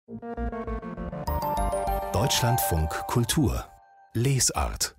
Deutschlandfunk Kultur Lesart.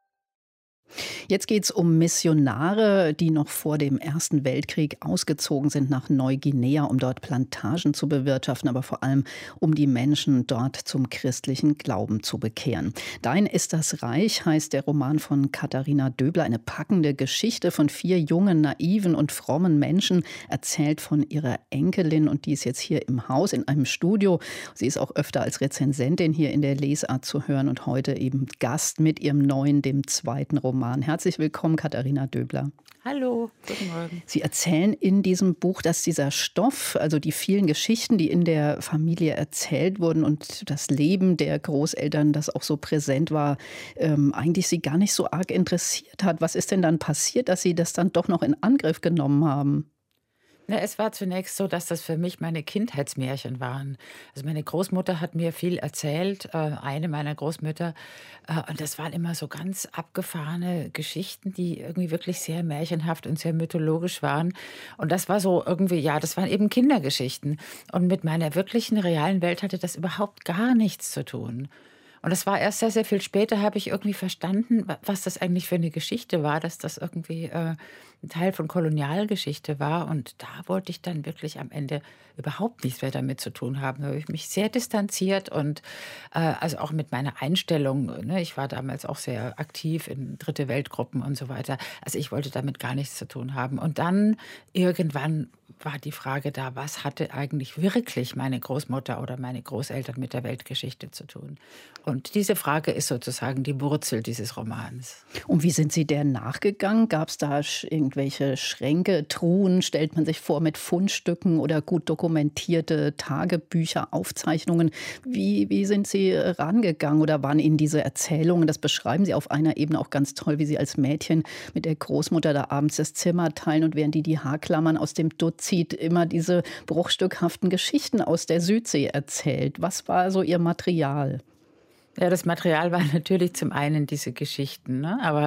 Jetzt geht es um Missionare, die noch vor dem Ersten Weltkrieg ausgezogen sind nach Neuguinea, um dort Plantagen zu bewirtschaften, aber vor allem um die Menschen dort zum christlichen Glauben zu bekehren. Dein ist das Reich heißt der Roman von Katharina Döbler, eine packende Geschichte von 4 jungen, naiven und frommen Menschen, erzählt von ihrer Enkelin, und die ist jetzt hier im Haus in einem Studio. Sie ist auch öfter als Rezensentin hier in der Lesart zu hören und heute eben Gast mit ihrem neuen, dem 2. Roman. Herzlich willkommen, Katharina Döbler. Hallo, guten Morgen. Sie erzählen in diesem Buch, dass dieser Stoff, also die vielen Geschichten, die in der Familie erzählt wurden und das Leben der Großeltern, das auch so präsent war, eigentlich Sie gar nicht so arg interessiert hat. Was ist denn dann passiert, dass Sie das dann doch noch in Angriff genommen haben? Na, es war zunächst so, dass das für mich meine Kindheitsmärchen waren. Also meine Großmutter hat mir viel erzählt, eine meiner Großmütter. Und das waren immer so ganz abgefahrene Geschichten, die irgendwie wirklich sehr märchenhaft und sehr mythologisch waren. Und das war so irgendwie, ja, das waren eben Kindergeschichten. Und mit meiner wirklichen, realen Welt hatte das überhaupt gar nichts zu tun. Und das war erst sehr, sehr viel später, habe ich irgendwie verstanden, was das eigentlich für eine Geschichte war, dass das irgendwie ein Teil von Kolonialgeschichte war. Und da wollte ich dann wirklich am Ende überhaupt nichts mehr damit zu tun haben. Da habe ich mich sehr distanziert und also auch mit meiner Einstellung. Ne, ich war damals auch sehr aktiv in Dritte Weltgruppen und so weiter. Also ich wollte damit gar nichts zu tun haben. Und dann irgendwann war die Frage da, was hatte eigentlich wirklich meine Großmutter oder meine Großeltern mit der Weltgeschichte zu tun? Und diese Frage ist sozusagen die Wurzel dieses Romans. Und wie sind Sie der nachgegangen? Gab es da irgendwelche Schränke, Truhen, stellt man sich vor, mit Fundstücken oder gut dokumentierte Tagebücher, Aufzeichnungen? Wie sind Sie rangegangen oder waren Ihnen diese Erzählungen, das beschreiben Sie auf einer Ebene auch ganz toll, wie Sie als Mädchen mit der Großmutter da abends das Zimmer teilen und während die Haarklammern aus dem Dutt zieht, immer diese bruchstückhaften Geschichten aus der Südsee erzählt. Was war so Ihr Material? Ja, das Material war natürlich zum einen diese Geschichten, ne? Aber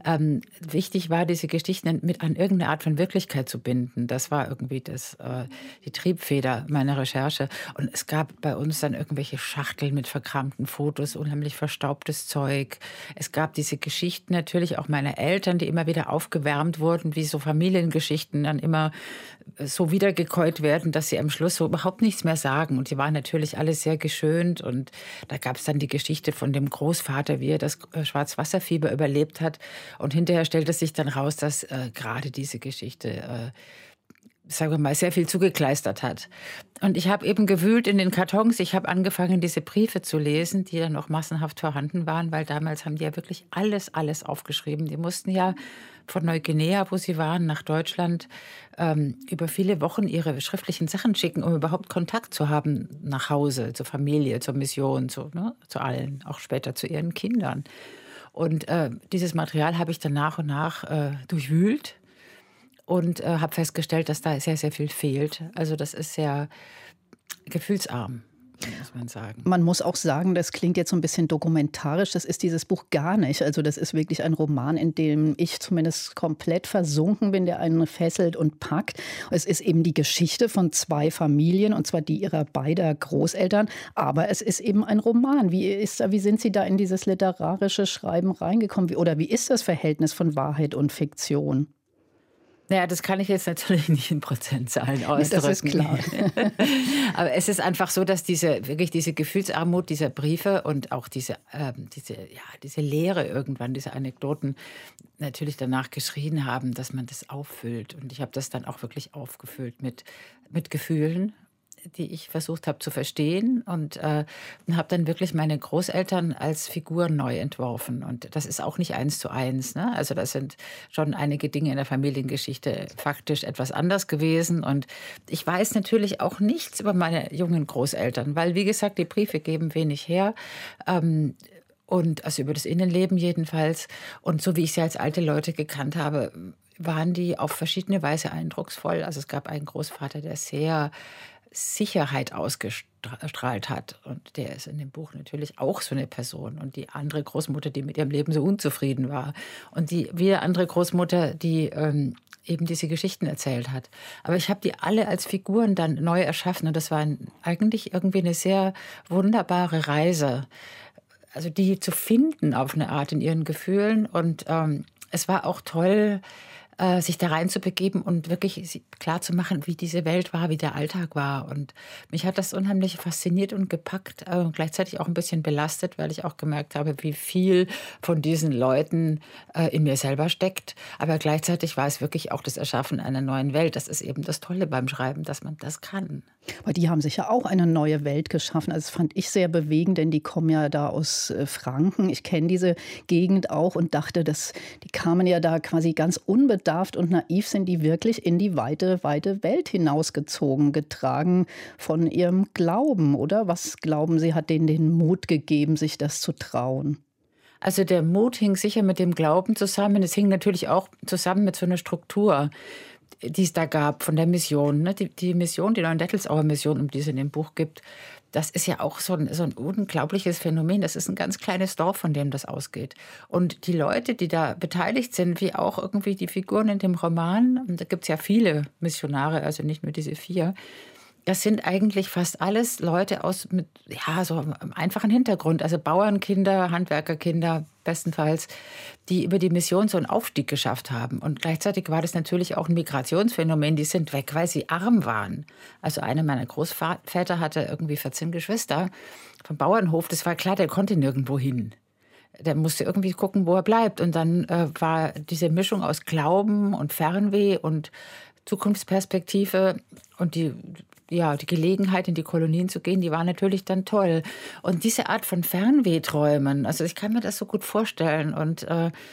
wichtig war, diese Geschichten mit an irgendeine Art von Wirklichkeit zu binden. Das war irgendwie die Triebfeder meiner Recherche. Und es gab bei uns dann irgendwelche Schachteln mit verkramten Fotos, unheimlich verstaubtes Zeug. Es gab diese Geschichten natürlich auch meiner Eltern, die immer wieder aufgewärmt wurden, wie so Familiengeschichten dann immer so wiedergekäut werden, dass sie am Schluss so überhaupt nichts mehr sagen. Und die waren natürlich alle sehr geschönt. Und da gab es dann die Geschichte von dem Großvater, wie er das Schwarzwasserfieber überlebt hat. Und hinterher stellte sich dann raus, dass gerade diese Geschichte, sagen wir mal, sehr viel zugekleistert hat. Und ich habe eben gewühlt in den Kartons. Ich habe angefangen, diese Briefe zu lesen, die dann noch massenhaft vorhanden waren, weil damals haben die ja wirklich alles aufgeschrieben. Die mussten ja von Neuguinea, wo sie waren, nach Deutschland über viele Wochen ihre schriftlichen Sachen schicken, um überhaupt Kontakt zu haben nach Hause, zur Familie, zur Mission, zu allen, auch später zu ihren Kindern. Und dieses Material habe ich dann nach und nach durchwühlt und habe festgestellt, dass da sehr, sehr viel fehlt. Also das ist sehr gefühlsarm, muss man sagen. Man muss auch sagen, das klingt jetzt so ein bisschen dokumentarisch, das ist dieses Buch gar nicht. Also das ist wirklich ein Roman, in dem ich zumindest komplett versunken bin, der einen fesselt und packt. Es ist eben die Geschichte von 2 Familien, und zwar die ihrer beider Großeltern. Aber es ist eben ein Roman. Wie sind Sie da in dieses literarische Schreiben reingekommen? Oder wie ist das Verhältnis von Wahrheit und Fiktion? Naja, das kann ich jetzt natürlich nicht in Prozentzahlen ausdrücken. Ja, das ist klar. Aber es ist einfach so, dass diese Gefühlsarmut dieser Briefe und auch diese Leere irgendwann, diese Anekdoten natürlich danach geschrien haben, dass man das auffüllt. Und ich habe das dann auch wirklich aufgefüllt mit Gefühlen, die ich versucht habe zu verstehen, und habe dann wirklich meine Großeltern als Figur neu entworfen. Und das ist auch nicht 1:1. Ne? Also das sind schon einige Dinge in der Familiengeschichte faktisch etwas anders gewesen. Und ich weiß natürlich auch nichts über meine jungen Großeltern, weil, wie gesagt, die Briefe geben wenig her. Und also über das Innenleben jedenfalls. Und so wie ich sie als alte Leute gekannt habe, waren die auf verschiedene Weise eindrucksvoll. Also es gab einen Großvater, der sehr Sicherheit ausgestrahlt hat. Und der ist in dem Buch natürlich auch so eine Person. Und die andere Großmutter, die mit ihrem Leben so unzufrieden war. Und die wieder andere Großmutter, die eben diese Geschichten erzählt hat. Aber ich habe die alle als Figuren dann neu erschaffen. Und das war eigentlich irgendwie eine sehr wunderbare Reise. Also die zu finden auf eine Art in ihren Gefühlen. Und es war auch toll, sich da reinzubegeben und wirklich klar zu machen, wie diese Welt war, wie der Alltag war. Und mich hat das unheimlich fasziniert und gepackt, gleichzeitig auch ein bisschen belastet, weil ich auch gemerkt habe, wie viel von diesen Leuten in mir selber steckt. Aber gleichzeitig war es wirklich auch das Erschaffen einer neuen Welt. Das ist eben das Tolle beim Schreiben, dass man das kann. Aber die haben sich ja auch eine neue Welt geschaffen. Also das fand ich sehr bewegend, denn die kommen ja da aus Franken. Ich kenne diese Gegend auch und dachte, die kamen ja da quasi ganz unbedarft und naiv, sind die wirklich in die weite Welt hinausgezogen, getragen von ihrem Glauben, oder? Was glauben Sie, hat denen den Mut gegeben, sich das zu trauen? Also der Mut hing sicher mit dem Glauben zusammen. Es hing natürlich auch zusammen mit so einer Struktur, die es da gab von der Mission. Ne? Die Mission, die Neuendettelsauer Mission, um die es in dem Buch gibt, das ist ja auch so ein unglaubliches Phänomen. Das ist ein ganz kleines Dorf, von dem das ausgeht. Und die Leute, die da beteiligt sind, wie auch irgendwie die Figuren in dem Roman, und da gibt es ja viele Missionare, also nicht nur diese 4, das sind eigentlich fast alles Leute mit so einem einfachen Hintergrund. Also Bauernkinder, Handwerkerkinder bestenfalls, die über die Mission so einen Aufstieg geschafft haben. Und gleichzeitig war das natürlich auch ein Migrationsphänomen. Die sind weg, weil sie arm waren. Also einer meiner Großväter hatte irgendwie 14 Geschwister vom Bauernhof. Das war klar, der konnte nirgendwo hin. Der musste irgendwie gucken, wo er bleibt. Und dann war diese Mischung aus Glauben und Fernweh und Zukunftsperspektive und die Gelegenheit, in die Kolonien zu gehen, die war natürlich dann toll. Und diese Art von Fernwehträumen, also ich kann mir das so gut vorstellen. Und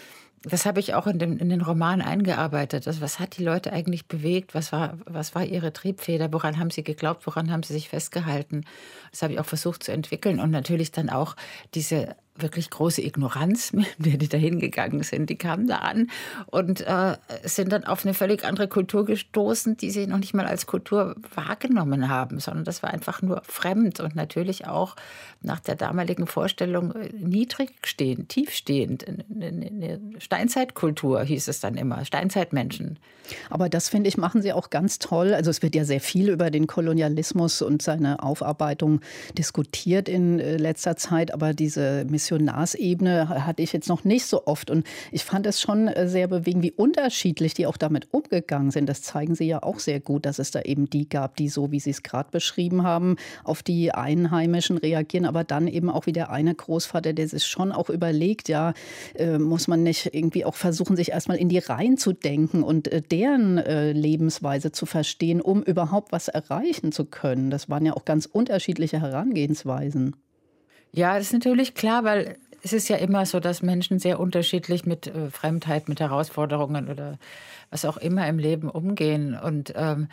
das habe ich auch in den Roman eingearbeitet. Also was hat die Leute eigentlich bewegt? Was war ihre Triebfeder? Woran haben sie geglaubt? Woran haben sie sich festgehalten? Das habe ich auch versucht zu entwickeln. Und natürlich dann auch diese wirklich große Ignoranz, mit der die da hingegangen sind. Die kamen da an und sind dann auf eine völlig andere Kultur gestoßen, die sie noch nicht mal als Kultur wahrgenommen haben, sondern das war einfach nur fremd und natürlich auch nach der damaligen Vorstellung niedrig stehend, tiefstehend. Eine Steinzeitkultur hieß es dann immer, Steinzeitmenschen. Aber das, finde ich, machen Sie auch ganz toll. Also es wird ja sehr viel über den Kolonialismus und seine Aufarbeitung diskutiert in letzter Zeit, aber diese Missionarsebene hatte ich jetzt noch nicht so oft. Und ich fand es schon sehr bewegend, wie unterschiedlich die auch damit umgegangen sind. Das zeigen Sie ja auch sehr gut, dass es da eben die gab, die so, wie Sie es gerade beschrieben haben, auf die Einheimischen reagieren. Aber dann eben auch wie der eine Großvater, der sich schon auch überlegt, ja, muss man nicht irgendwie auch versuchen, sich erstmal in die Reihen zu denken und deren Lebensweise zu verstehen, um überhaupt was erreichen zu können. Das waren ja auch ganz unterschiedliche Herangehensweisen. Ja, das ist natürlich klar, weil es ist ja immer so, dass Menschen sehr unterschiedlich mit Fremdheit, mit Herausforderungen oder was auch immer im Leben umgehen. Und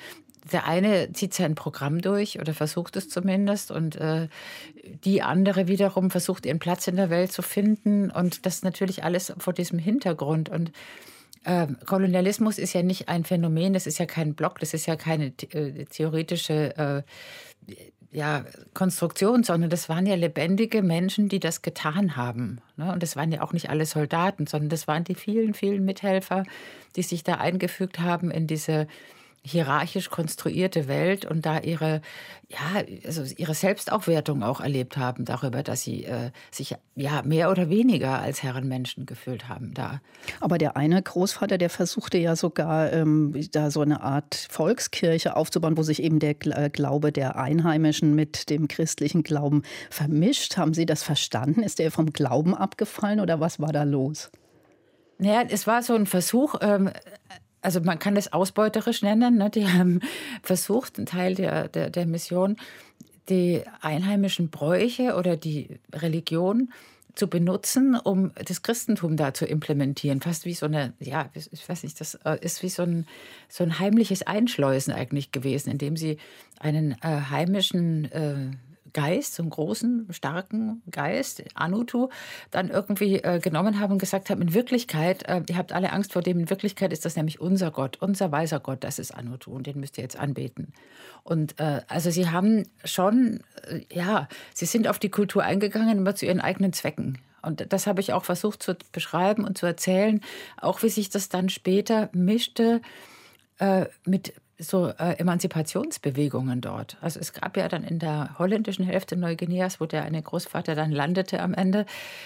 der eine zieht sein Programm durch oder versucht es zumindest und die andere wiederum versucht, ihren Platz in der Welt zu finden. Und das natürlich alles vor diesem Hintergrund. Und Kolonialismus ist ja nicht ein Phänomen, das ist ja kein Block, das ist ja keine theoretische Konstruktion, sondern das waren ja lebendige Menschen, die das getan haben. Ne? Und das waren ja auch nicht alle Soldaten, sondern das waren die vielen, vielen Mithelfer, die sich da eingefügt haben in diese hierarchisch konstruierte Welt und da ihre Selbstaufwertung auch erlebt haben darüber, dass sie sich mehr oder weniger als Herrenmenschen gefühlt haben da. Aber der eine Großvater, der versuchte ja sogar da so eine Art Volkskirche aufzubauen, wo sich eben der Glaube der Einheimischen mit dem christlichen Glauben vermischt. Haben Sie das verstanden? Ist der vom Glauben abgefallen oder was war da los? Naja, es war so ein Versuch, also man kann das ausbeuterisch nennen. Ne? Die haben versucht, ein Teil der Mission, die einheimischen Bräuche oder die Religion zu benutzen, um das Christentum da zu implementieren. Fast wie so eine, ich weiß nicht, das ist wie so ein heimliches Einschleusen eigentlich gewesen, indem sie einen heimischen Geist, so einen großen, starken Geist, Anutu, dann irgendwie genommen haben und gesagt haben, in Wirklichkeit, ihr habt alle Angst vor dem, in Wirklichkeit ist das nämlich unser Gott, unser weiser Gott, das ist Anutu und den müsst ihr jetzt anbeten. Und also sie haben schon, sie sind auf die Kultur eingegangen, immer zu ihren eigenen Zwecken. Und das habe ich auch versucht zu beschreiben und zu erzählen, auch wie sich das dann später mischte mit so Emanzipationsbewegungen dort. Also es gab ja dann in der holländischen Hälfte Neuguineas, wo der eine Großvater dann landete am Ende,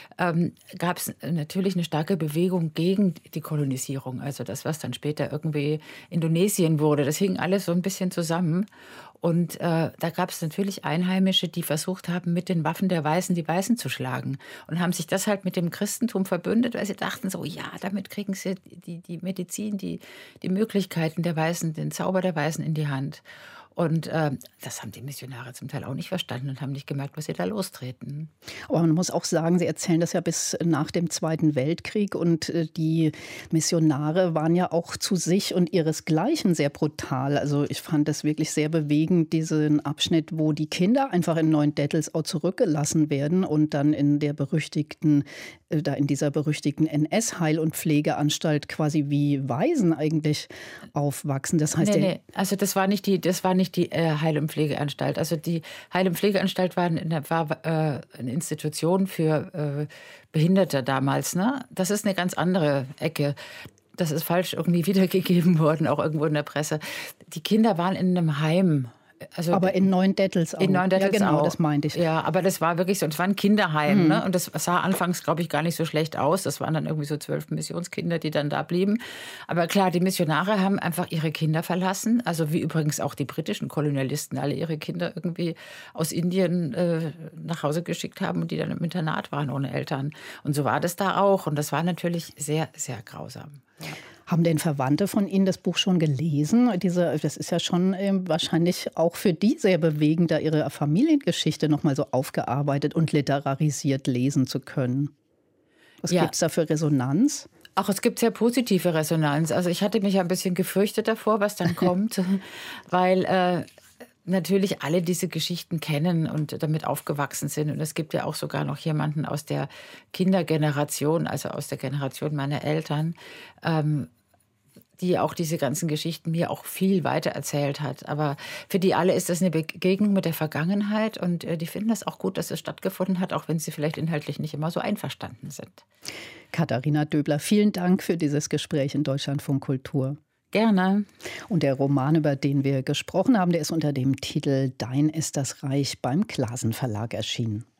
gab es natürlich eine starke Bewegung gegen die Kolonisierung. Also das, was dann später irgendwie Indonesien wurde, das hing alles so ein bisschen zusammen. Und da gab es natürlich Einheimische, die versucht haben, mit den Waffen der Weißen die Weißen zu schlagen. Und haben sich das halt mit dem Christentum verbündet, weil sie dachten so, ja, damit kriegen sie die Medizin, die Möglichkeiten der Weißen, den Zauber der Weißen in die Hand. Und das haben die Missionare zum Teil auch nicht verstanden und haben nicht gemerkt, was sie da lostreten. Aber man muss auch sagen, Sie erzählen das ja bis nach dem Zweiten Weltkrieg. Und die Missionare waren ja auch zu sich und ihresgleichen sehr brutal. Also ich fand das wirklich sehr bewegend, diesen Abschnitt, wo die Kinder einfach in Neuendettelsau zurückgelassen werden und dann in der berüchtigten, in dieser berüchtigten NS-Heil- und Pflegeanstalt quasi wie Waisen eigentlich aufwachsen. Das heißt, also das war nicht die Heil- und Pflegeanstalt. Also die Heil- und Pflegeanstalt war eine Institution für Behinderte damals. Ne? Das ist eine ganz andere Ecke. Das ist falsch irgendwie wiedergegeben worden, auch irgendwo in der Presse. Die Kinder waren in einem Heim. Also aber in Neuendettelsau. In Neuendettelsau. Ja, genau, das meinte ich. Ja, aber das war wirklich so. Es war ein Kinderheim. Ne? Und das sah anfangs, glaube ich, gar nicht so schlecht aus. Das waren dann irgendwie so 12 Missionskinder, die dann da blieben. Aber klar, die Missionare haben einfach ihre Kinder verlassen. Also wie übrigens auch die britischen Kolonialisten alle ihre Kinder irgendwie aus Indien nach Hause geschickt haben und die dann im Internat waren ohne Eltern. Und so war das da auch. Und das war natürlich sehr, sehr grausam. Ja. Haben denn Verwandte von Ihnen das Buch schon gelesen? Das ist ja schon wahrscheinlich auch für die sehr bewegend, da ihre Familiengeschichte noch mal so aufgearbeitet und literarisiert lesen zu können. Was gibt es da für Resonanz? Ach, es gibt sehr positive Resonanz. Also ich hatte mich ein bisschen gefürchtet davor, was dann kommt, weil natürlich alle diese Geschichten kennen und damit aufgewachsen sind. Und es gibt ja auch sogar noch jemanden aus der Kindergeneration, also aus der Generation meiner Eltern, die auch diese ganzen Geschichten mir auch viel weiter erzählt hat. Aber für die alle ist das eine Begegnung mit der Vergangenheit und die finden das auch gut, dass es stattgefunden hat, auch wenn sie vielleicht inhaltlich nicht immer so einverstanden sind. Katharina Döbler, vielen Dank für dieses Gespräch in Deutschlandfunk Kultur. Gerne. Und der Roman, über den wir gesprochen haben, der ist unter dem Titel Dein ist das Reich beim Clasen Verlag erschienen.